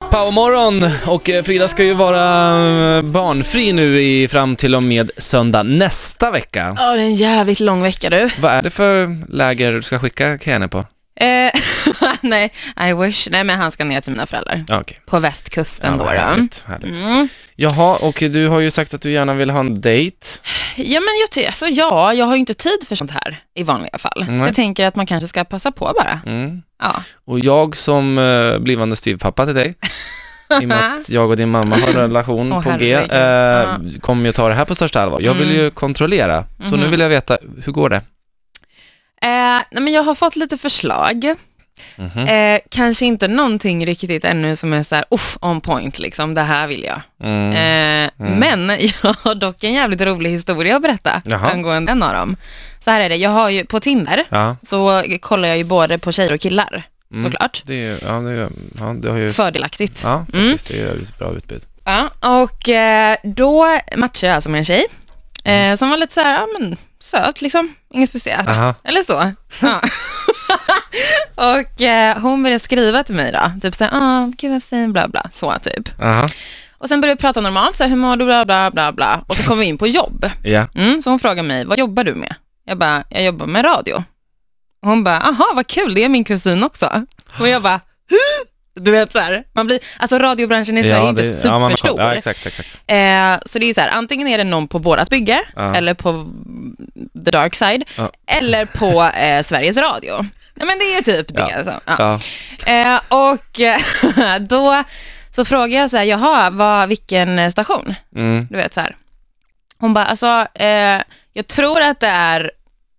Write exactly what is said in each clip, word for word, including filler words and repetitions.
Powermorgon, och Frida ska ju vara barnfri nu i fram till och med söndag nästa vecka. Ja, det är en jävligt lång vecka du. Vad är det för läger du ska skicka Kenny på? Eh, nej, I wish. Nej, men han ska ner till mina föräldrar. Ja, okay. På västkusten, ja, då. Härligt, härligt. Mm. Jaha, och du har ju sagt att du gärna vill ha en dejt. Ja, men jag, ty- alltså, ja, jag har ju inte tid för sånt här i vanliga fall. Mm. Jag tänker att man kanske ska passa på bara. Mm. Ja. Och jag som uh, blivande styvpappa till dig, i och med att jag och din mamma har en relation oh, på G, uh, kommer ju ta det här på största allvar. Jag vill mm. ju kontrollera, så mm. nu vill jag veta, hur går det? Eh, nej, men jag har fått lite förslag. Mm-hmm. Eh, kanske inte någonting riktigt ännu som är så här, uff, on point liksom, det här vill jag. Mm. Eh, mm. Men jag har dock en jävligt rolig historia att berätta. Jaha. Angående en av dem. Så här är det, jag har ju på Tinder, ja. Så kollar jag ju både på tjejer och killar. Mm. Såklart. Det är, ja, det är, ja, det har ju... Fördelaktigt. Ja, faktiskt, mm. det är ju ett bra utbud. Ja, och eh, då matchade jag alltså med en tjej eh, mm. som var lite så här, ja men söt liksom, inget speciellt. Aha. Eller så. Ja. Och eh, hon började skriva till mig då. Typ såhär, ah, gud vad fin, bla bla. Så typ. Aha. Och sen började vi prata normalt, så här, hur mår du, bla bla bla bla. Och så kom vi in på jobb. Yeah. Mm, så hon frågade mig, vad jobbar du med? Jag bara, jag jobbar med radio. Och hon bara, aha, vad kul, det är min kusin också. Och jag bara, du vet så här, man blir, alltså radiobranschen i Sverige är ja, inte superstor. Ja, ja, exakt, exakt. Eh, så det är så här, antingen är det någon på vårat bygge, ja. Eller på the dark side, ja. Eller på eh, Sveriges Radio. Ja, men det är ju typ det. Ja. Alltså. Ja. Ja. Eh, och då så frågade jag så här, jaha, vad, vilken station? Mm. Du vet så här. Hon bara, alltså, eh, jag tror att det är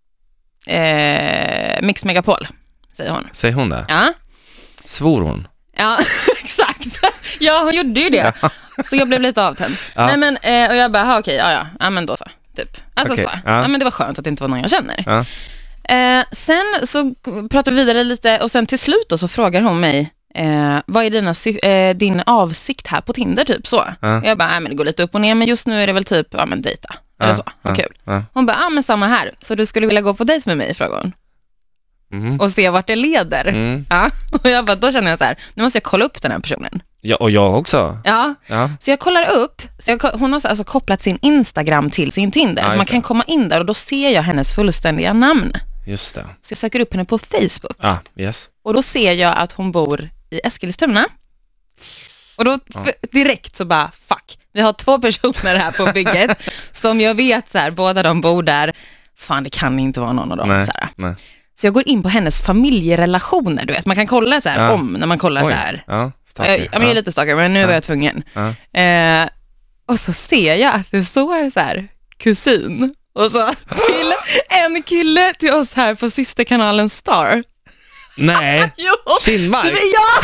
eh, Mix Megapol, säger hon. Säger hon det? Ja. Svor hon? Ja, exakt. Ja, hon gjorde ju det. Ja. Så jag blev lite avtänd. Ja. Nej, men, eh, och jag bara, okej, ja, ja, ja, men då så, typ. Alltså okay. så. Ja. Ja, men det var skönt att det inte var någon jag känner. Ja. Eh, sen så pratar vi vidare lite, och sen till slut då så frågar hon mig, eh, vad är dina, eh, din avsikt här på Tinder, typ så. Ja. Jag bara, nej, men det går lite upp och ner, men just nu är det väl typ, ja men dejta. Ja. Eller så, vad ja. Kul. Ja. Hon bara, ja men samma här, så du skulle vilja gå på dejt med mig, frågar hon. Mm. Och se vart det leder. Mm. Ja. Och jag bara, då känner jag så här, nu måste jag kolla upp den här personen. Ja, och jag också. Ja, ja. Så jag kollar upp, så jag, hon har alltså kopplat sin Instagram till sin Tinder, ja, så man kan det. Komma in där och då ser jag hennes fullständiga namn. Just det. Så jag söker upp henne på Facebook. Ah, yes. Och då ser jag att hon bor i Eskilstuna. Och då ah. f- direkt så bara, fuck, vi har två personer här på bygget som jag vet så här, båda de bor där. Fan, det kan inte vara någon av dem. Nej, så här. Nej. Så jag går in på hennes familjerelationer, du vet. Man kan kolla så här ja. Om när man kollar Oj. Så här. Ja, jag, jag, jag är ja. lite stalker, men nu ja. Var jag tvungen. Ja. Eh, och så ser jag att det står så här, kusin. Och så till en kille till oss här på systerkanalen Star. Nej, Kinmark. Ja!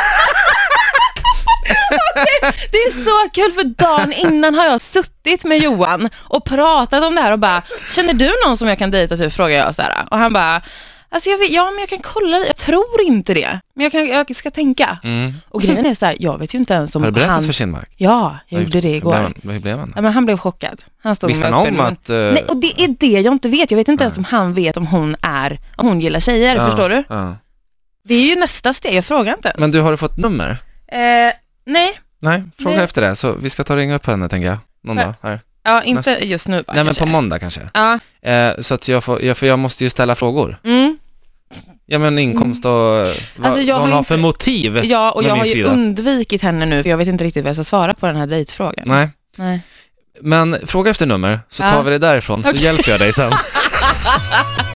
det, det är så kul, för dagen innan har jag suttit med Johan och pratat om det här och bara, känner du någon som jag kan dejta, typ, frågar jag så här. Och han bara, alltså jag vet, ja men jag kan kolla, jag tror inte det, men jag, kan, jag ska tänka. Mm. Och grejen är så här, jag vet ju inte ens om han... Har du berättat han... för Kinmark? Ja, jag gjorde det igår. Hur blev, hur blev han? Ja, men han blev chockad. Han stod Visste han om att... Uh... Nej, och det är det jag inte vet. Jag vet inte ja. Ens om han vet om hon är, om hon gillar tjejer, ja. Förstår du? Ja. Det är ju nästa steg, jag frågar inte ens. Men du, har du fått nummer? Eh, nej. Nej, fråga nej. Efter det. Så vi ska ta och ringa upp henne, tänker jag. Någon dag här. Ja, inte nästa... just nu. Bara, nej, men på måndag kanske. Ja. Eh, så att jag får, jag, för jag måste ju ställa frågor. Mm. Ja, men inkomst och vad, alltså, jag vad hon har inte... för motiv. Ja, och jag har ju fyra. undvikit henne nu, för jag vet inte riktigt vad jag ska svara på den här dejtfrågan. Nej. Nej. Men fråga efter nummer, så tar ja. Vi det därifrån, så okay. Hjälper jag dig sen.